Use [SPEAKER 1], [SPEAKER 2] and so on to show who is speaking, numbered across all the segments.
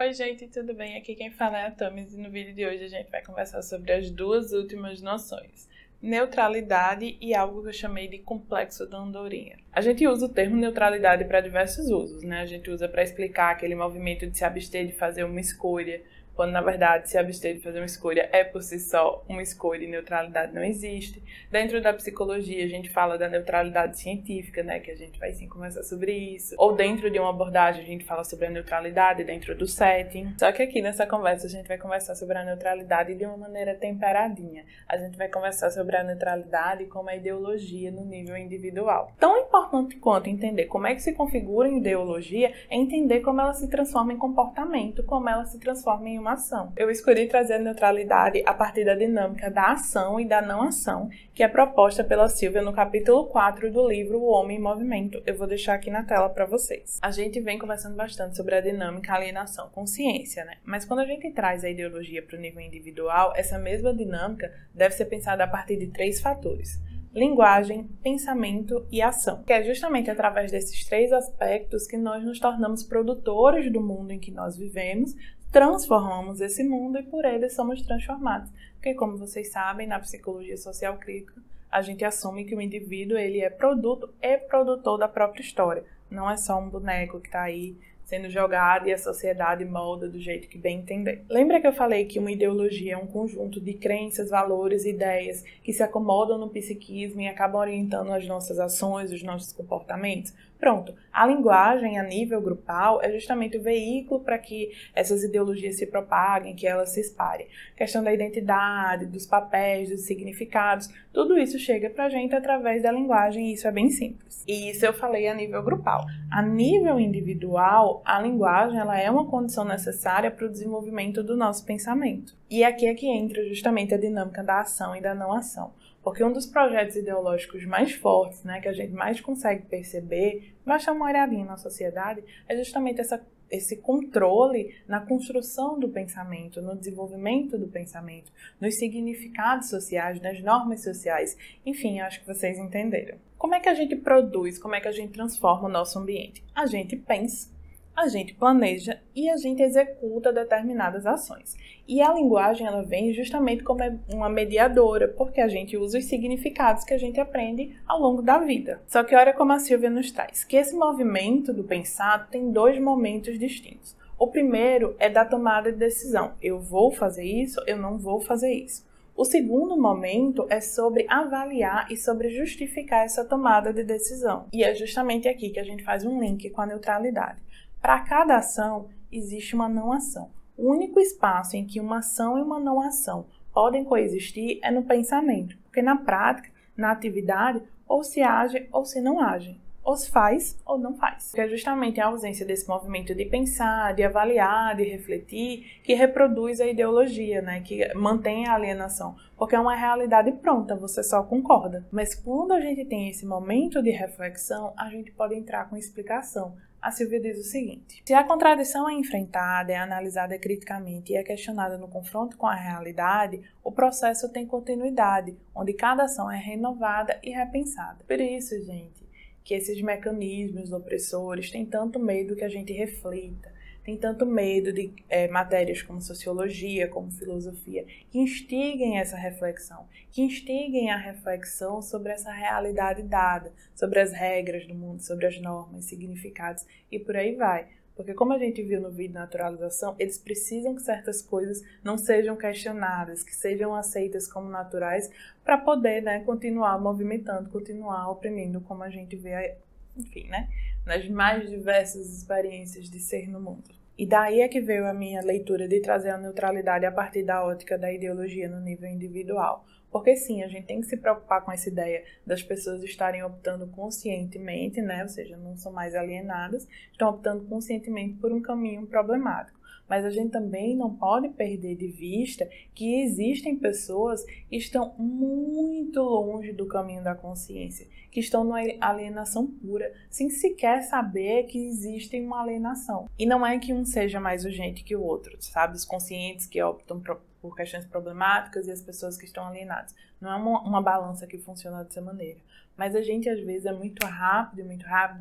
[SPEAKER 1] Oi gente, tudo bem? Aqui quem fala é a Thames e no vídeo de hoje a gente vai conversar sobre as duas últimas noções, neutralidade e algo que eu chamei de complexo da andorinha. A gente usa o termo neutralidade para diversos usos, né? A gente usa para explicar aquele movimento de se abster de fazer uma escolha, quando na verdade se abster de fazer uma escolha é por si só uma escolha e neutralidade não existe. Dentro da psicologia a gente fala da neutralidade científica, né, que a gente vai sim conversar sobre isso. Ou dentro de uma abordagem a gente fala sobre a neutralidade dentro do setting. Só que aqui nessa conversa a gente vai conversar sobre a neutralidade de uma maneira temperadinha. A gente vai conversar sobre a neutralidade como a ideologia no nível individual. Tão importante quanto entender como é que se configura a ideologia é entender como ela se transforma em comportamento, como ela se transforma em uma ação. Eu escolhi trazer a neutralidade a partir da dinâmica da ação e da não ação, que é proposta pela Silvia no capítulo 4 do livro O Homem em Movimento. Eu vou deixar aqui na tela para vocês. A gente vem conversando bastante sobre a dinâmica alienação-consciência, né? Mas quando a gente traz a ideologia para o nível individual, essa mesma dinâmica deve ser pensada a partir de 3 fatores: linguagem, pensamento e ação. Que é justamente através desses 3 aspectos que nós nos tornamos produtores do mundo em que nós vivemos, transformamos esse mundo e por ele somos transformados. Porque, como vocês sabem, na psicologia social crítica, a gente assume que o indivíduo ele é produto e produtor da própria história. Não é só um boneco que está aí sendo jogado e a sociedade molda do jeito que bem entender. Lembra que eu falei que uma ideologia é um conjunto de crenças, valores e ideias que se acomodam no psiquismo e acabam orientando as nossas ações, os nossos comportamentos? Pronto, a linguagem a nível grupal é justamente o veículo para que essas ideologias se propaguem, que elas se espalhem. A questão da identidade, dos papéis, dos significados, tudo isso chega para a gente através da linguagem e isso é bem simples. E isso eu falei a nível grupal. A nível individual, a linguagem ela é uma condição necessária para o desenvolvimento do nosso pensamento. E aqui é que entra justamente a dinâmica da ação e da não ação. Porque um dos projetos ideológicos mais fortes, né, que a gente mais consegue perceber, basta uma olhadinha na sociedade, é justamente esse controle na construção do pensamento, no desenvolvimento do pensamento, nos significados sociais, nas normas sociais. Enfim, acho que vocês entenderam. Como é que a gente produz, como é que a gente transforma o nosso ambiente? A gente pensa, a gente planeja e a gente executa determinadas ações. E a linguagem ela vem justamente como uma mediadora, porque a gente usa os significados que a gente aprende ao longo da vida. Só que olha como a Silvia nos traz, que esse movimento do pensar tem 2 momentos distintos. O primeiro é da tomada de decisão. Eu vou fazer isso, eu não vou fazer isso. O segundo momento é sobre avaliar e sobre justificar essa tomada de decisão. E é justamente aqui que a gente faz um link com a neutralidade. Para cada ação, existe uma não ação. O único espaço em que uma ação e uma não ação podem coexistir é no pensamento, porque na prática, na atividade, ou se age ou se não age, ou se faz ou não faz. Porque é justamente a ausência desse movimento de pensar, de avaliar, de refletir, que reproduz a ideologia, né? Que mantém a alienação, porque é uma realidade pronta, você só concorda. Mas quando a gente tem esse momento de reflexão, a gente pode entrar com explicação. A Silvia diz o seguinte: se a contradição é enfrentada, é analisada criticamente e é questionada no confronto com a realidade, o processo tem continuidade, onde cada ação é renovada e repensada. Por isso, gente, que esses mecanismos opressores têm tanto medo que a gente reflita, tem tanto medo de matérias como sociologia, como filosofia, que instiguem essa reflexão, que instiguem a reflexão sobre essa realidade dada, sobre as regras do mundo, sobre as normas, significados e por aí vai. Porque como a gente viu no vídeo Naturalização, eles precisam que certas coisas não sejam questionadas, que sejam aceitas como naturais para poder, né, continuar movimentando, continuar oprimindo, como a gente vê, enfim, né, nas mais diversas experiências de ser no mundo. E daí é que veio a minha leitura de trazer a neutralidade a partir da ótica da ideologia no nível individual. Porque sim, a gente tem que se preocupar com essa ideia das pessoas estarem optando conscientemente, né? Ou seja, não são mais alienadas, estão optando conscientemente por um caminho problemático. Mas a gente também não pode perder de vista que existem pessoas que estão muito longe do caminho da consciência, que estão numa alienação pura, sem sequer saber que existe uma alienação. E não é que um seja mais urgente que o outro, sabe? Os conscientes que optam por questões problemáticas e as pessoas que estão alienadas. Não é uma balança que funciona dessa maneira. Mas a gente, às vezes, é muito rápido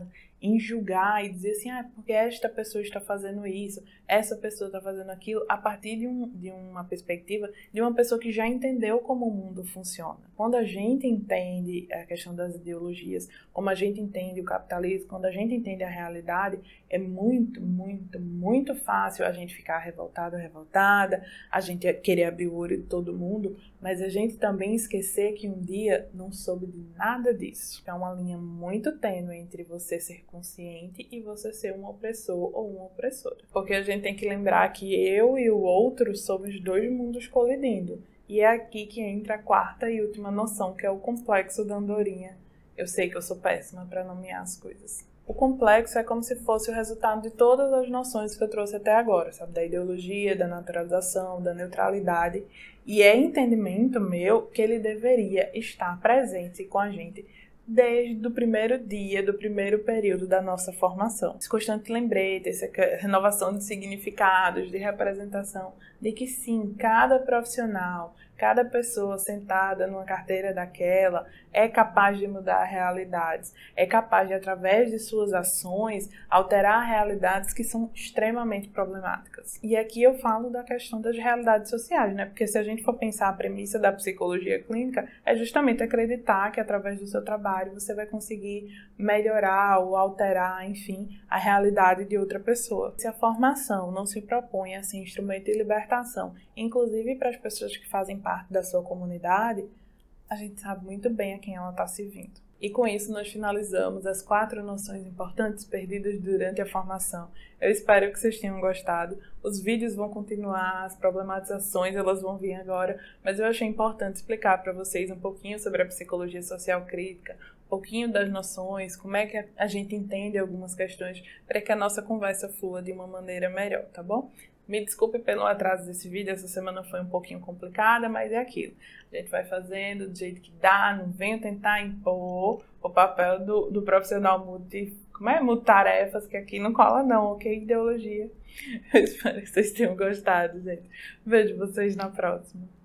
[SPEAKER 1] em julgar e dizer assim, porque esta pessoa está fazendo isso, essa pessoa está fazendo aquilo, a partir de uma perspectiva de uma pessoa que já entendeu como o mundo funciona. Quando a gente entende a questão das ideologias, como a gente entende o capitalismo, quando a gente entende a realidade, é muito, muito, muito fácil a gente ficar revoltado, revoltada, a gente querer abrir o olho de todo mundo, mas a gente também esquecer que um dia não soube de nada disso. É uma linha muito tênue entre você ser consciente e você ser um opressor ou uma opressora. Porque a gente tem que lembrar que eu e o outro somos dois mundos colidindo. E é aqui que entra a quarta e última noção, que é o complexo da andorinha. Eu sei que eu sou péssima para nomear as coisas. O complexo é como se fosse o resultado de todas as noções que eu trouxe até agora, sabe? Da ideologia, da naturalização, da neutralidade. E é entendimento meu que ele deveria estar presente com a gente desde o primeiro dia, do primeiro período da nossa formação. Esse constante lembrete, essa renovação de significados, de representação, de que sim, cada profissional, cada pessoa sentada numa carteira daquela é capaz de mudar realidades, é capaz de, através de suas ações, alterar realidades que são extremamente problemáticas. E aqui eu falo da questão das realidades sociais, né? Porque se a gente for pensar a premissa da psicologia clínica, é justamente acreditar que através do seu trabalho você vai conseguir melhorar ou alterar, enfim, a realidade de outra pessoa. Se a formação não se propõe a ser instrumento de libertação, inclusive para as pessoas que fazem parte da sua comunidade, a gente sabe muito bem a quem ela está servindo. E com isso nós finalizamos as 4 noções importantes perdidas durante a formação. Eu espero que vocês tenham gostado. Os vídeos vão continuar, as problematizações elas vão vir agora, mas eu achei importante explicar para vocês um pouquinho sobre a psicologia social crítica, um pouquinho das noções, como é que a gente entende algumas questões, para que a nossa conversa flua de uma maneira melhor, tá bom? Me desculpe pelo atraso desse vídeo, essa semana foi um pouquinho complicada, mas é aquilo. A gente vai fazendo do jeito que dá, não venho tentar impor o papel do profissional multitarefas, que aqui não cola não, ok? Ideologia. Eu espero que vocês tenham gostado, gente. Vejo vocês na próxima.